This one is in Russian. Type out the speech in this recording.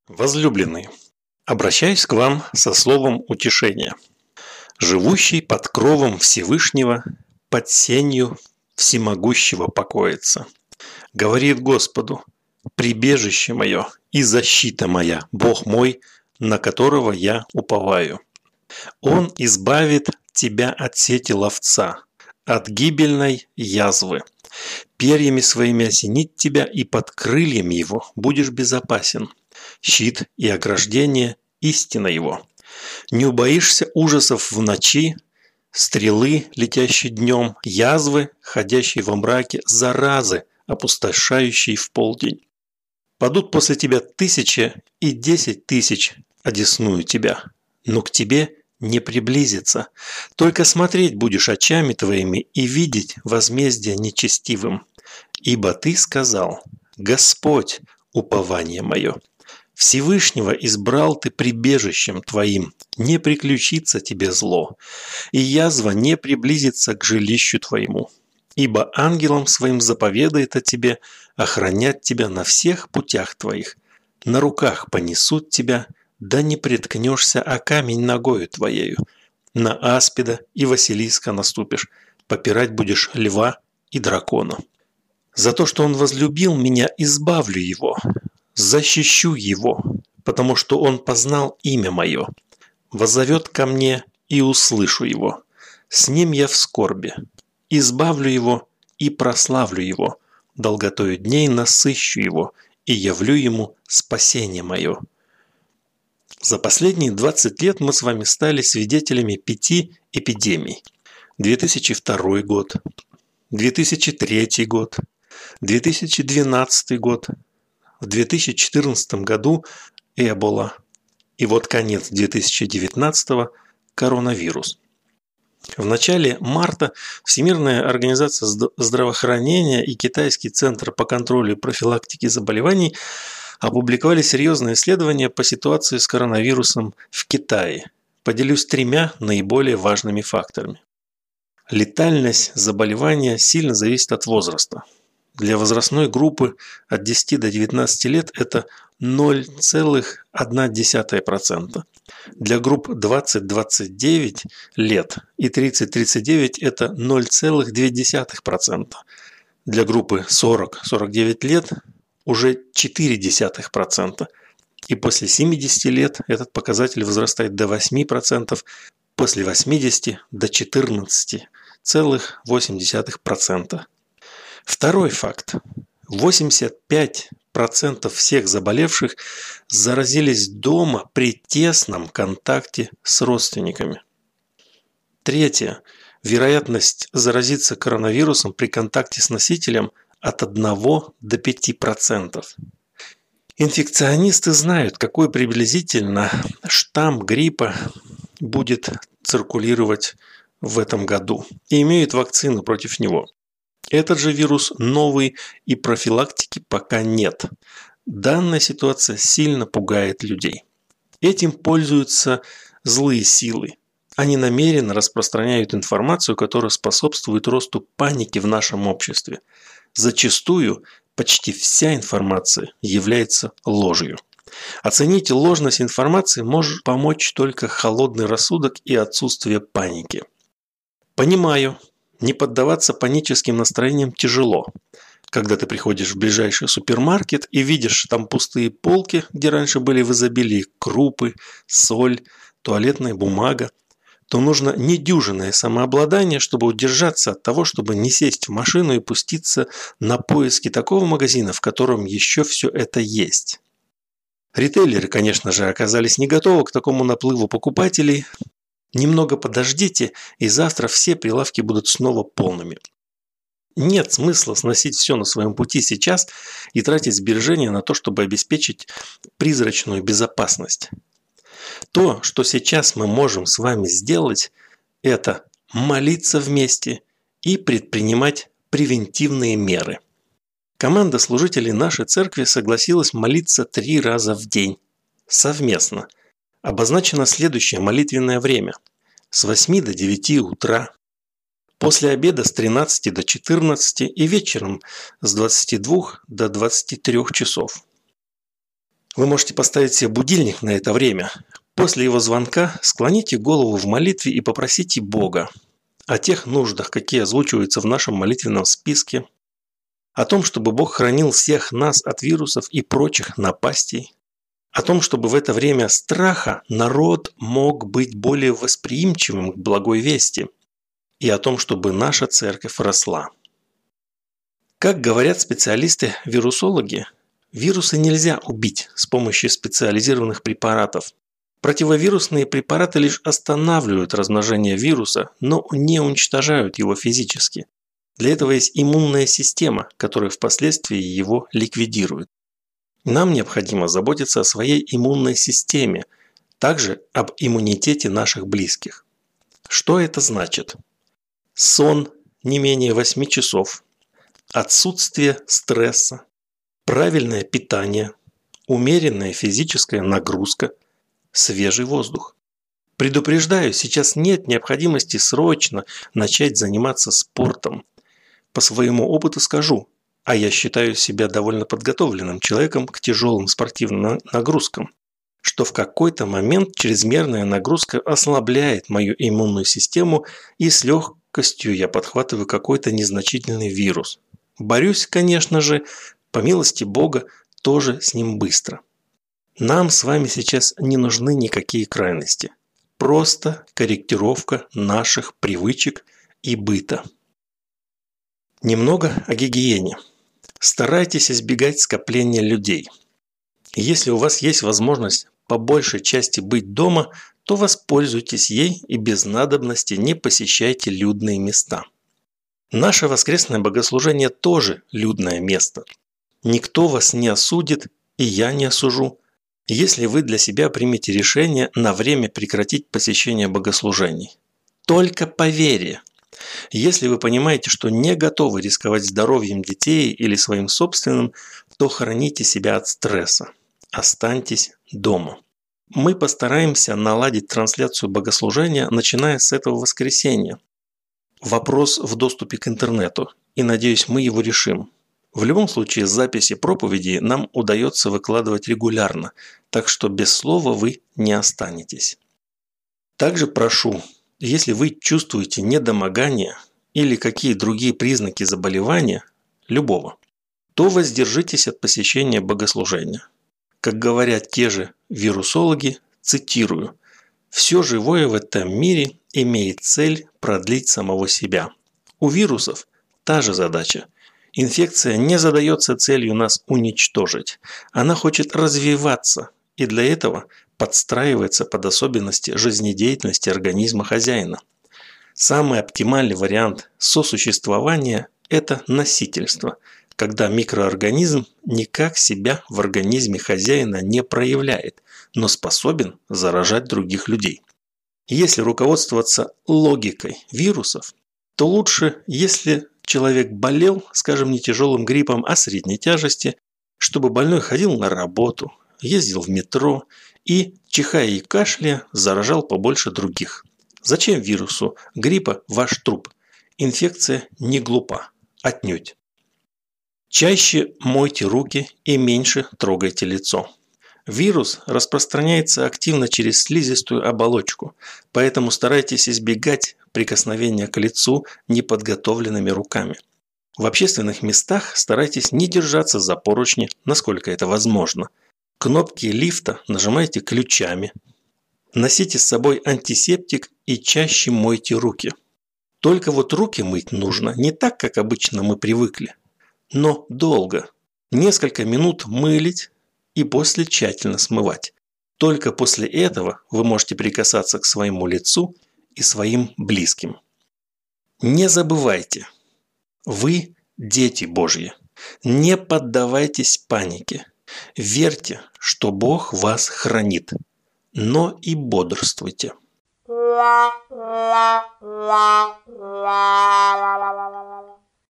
Возлюбленный, обращаюсь к вам со словом утешения. Живущий под кровом Всевышнего, под сенью всемогущего покоится. Говорит Господу: прибежище мое и защита моя, Бог мой, на которого я уповаю. Он избавит тебя от сети ловца, от гибельной язвы. Перьями своими осенит тебя, и под крыльями его будешь безопасен. Щит и ограждение – истина его. Не убоишься ужасов в ночи, стрелы, летящие днем, язвы, ходящие во мраке, заразы, опустошающие в полдень. Падут после тебя 1000 и 10 000 одесную тебя, но к тебе не приблизится. Только смотреть будешь очами твоими и видеть возмездие нечестивым. Ибо ты сказал: Господь, упование мое. Всевышнего избрал ты прибежищем твоим, не приключится тебе зло, и язва не приблизится к жилищу твоему. Ибо ангелом своим заповедает о тебе охранять тебя на всех путях твоих. На руках понесут тебя, да не приткнешься о камень ногою твоею. На аспида и Василиска наступишь, попирать будешь льва и дракона. За то, что он возлюбил меня, избавлю его, защищу его, потому что он познал имя мое. Воззовет ко мне, и услышу его. С ним я в скорби. Избавлю его и прославлю его. Долготою дней насыщу его и явлю ему спасение мое. За последние 20 лет мы с вами стали свидетелями 5 эпидемий. 2002 год, 2003 год, 2012 год, в 2014 году Эбола и вот конец 2019 коронавирус. В начале марта Всемирная организация здравоохранения и Китайский центр по контролю и профилактике заболеваний опубликовали серьезные исследования по ситуации с коронавирусом в Китае. Поделюсь 3 наиболее важными факторами. Летальность заболевания сильно зависит от возраста. Для возрастной группы от 10 до 19 лет это 0,1%. Для групп 20-29 лет и 30-39 это 0,2%. Для группы 40-49 лет уже 0,4%. И после 70 лет этот показатель возрастает до 8%, после 80 до 14,8%. Второй факт. 85% всех заболевших заразились дома при тесном контакте с родственниками. Третье. Вероятность заразиться коронавирусом при контакте с носителем от 1 до 5%. Инфекционисты знают, какой приблизительно штамм гриппа будет циркулировать в этом году и имеют вакцину против него. Этот же вирус новый и профилактики пока нет. Данная ситуация сильно пугает людей. Этим пользуются злые силы. Они намеренно распространяют информацию, которая способствует росту паники в нашем обществе. Зачастую почти вся информация является ложью. Оценить ложность информации может помочь только холодный рассудок и отсутствие паники. Понимаю. Не поддаваться паническим настроениям тяжело. Когда ты приходишь в ближайший супермаркет и видишь там пустые полки, где раньше были в изобилии крупы, соль, туалетная бумага, то нужно недюжинное самообладание, чтобы удержаться от того, чтобы не сесть в машину и пуститься на поиски такого магазина, в котором еще все это есть. Ритейлеры, конечно же, оказались не готовы к такому наплыву покупателей. Немного подождите, и завтра все прилавки будут снова полными. Нет смысла сносить все на своем пути сейчас и тратить сбережения на то, чтобы обеспечить призрачную безопасность. То, что сейчас мы можем с вами сделать, это молиться вместе и предпринимать превентивные меры. Команда служителей нашей церкви согласилась молиться 3 раза в день. Совместно. Обозначено следующее молитвенное время. С 8 до 9 утра, после обеда с 13 до 14 и вечером с 22 до 23 часов. Вы можете поставить себе будильник на это время. После его звонка склоните голову в молитве и попросите Бога о тех нуждах, какие озвучиваются в нашем молитвенном списке, о том, чтобы Бог хранил всех нас от вирусов и прочих напастей, о том, чтобы в это время страха народ мог быть более восприимчивым к благой вести, и о том, чтобы наша церковь росла. Как говорят специалисты-вирусологи, вирусы нельзя убить с помощью специализированных препаратов. Противовирусные препараты лишь останавливают размножение вируса, но не уничтожают его физически. Для этого есть иммунная система, которая впоследствии его ликвидирует. Нам необходимо заботиться о своей иммунной системе, также об иммунитете наших близких. Что это значит? Сон не менее 8 часов, отсутствие стресса, правильное питание, умеренная физическая нагрузка, свежий воздух. Предупреждаю, сейчас нет необходимости срочно начать заниматься спортом. По своему опыту скажу, а я считаю себя довольно подготовленным человеком к тяжелым спортивным нагрузкам, что в какой-то момент чрезмерная нагрузка ослабляет мою иммунную систему, и с легкостью я подхватываю какой-то незначительный вирус. Борюсь, конечно же, по милости Бога, тоже с ним быстро. Нам с вами сейчас не нужны никакие крайности. Просто корректировка наших привычек и быта. Немного о гигиене. Старайтесь избегать скопления людей. Если у вас есть возможность по большей части быть дома, то воспользуйтесь ей и без надобности не посещайте людные места. Наше воскресное богослужение тоже людное место. Никто вас не осудит, и я не осужу, если вы для себя примете решение на время прекратить посещение богослужений. Только по вере. Если вы понимаете, что не готовы рисковать здоровьем детей или своим собственным, то храните себя от стресса. Останьтесь дома. Мы постараемся наладить трансляцию богослужения, начиная с этого воскресенья. Вопрос в доступе к интернету, и надеюсь, мы его решим. В любом случае, записи проповеди нам удается выкладывать регулярно, так что без слова вы не останетесь. Также прошу, если вы чувствуете недомогание или какие другие признаки заболевания, любого, то воздержитесь от посещения богослужения. Как говорят те же вирусологи, цитирую, «Все живое в этом мире имеет цель продлить самого себя». У вирусов та же задача. Инфекция не задается целью нас уничтожить. Она хочет развиваться, и для этого подстраивается под особенности жизнедеятельности организма хозяина. Самый оптимальный вариант сосуществования – это носительство, когда микроорганизм никак себя в организме хозяина не проявляет, но способен заражать других людей. Если руководствоваться логикой вирусов, то лучше, если человек болел, скажем, не тяжелым гриппом, а средней тяжести, чтобы больной ходил на работу, ездил в метро и, чихая и кашляя, заражал побольше других. Зачем вирусу гриппа ваш труп? Инфекция не глупа. Отнюдь. Чаще мойте руки и меньше трогайте лицо. Вирус распространяется активно через слизистую оболочку, поэтому старайтесь избегать прикосновения к лицу неподготовленными руками. В общественных местах старайтесь не держаться за поручни, насколько это возможно. Кнопки лифта нажимайте ключами. Носите с собой антисептик и чаще мойте руки. Только вот руки мыть нужно не так, как обычно мы привыкли, но долго. Несколько минут мылить и после тщательно смывать. Только после этого вы можете прикасаться к своему лицу и своим близким. Не забывайте, вы дети Божьи. Не поддавайтесь панике. Верьте, что Бог вас хранит, но и бодрствуйте. La la la la la la la la la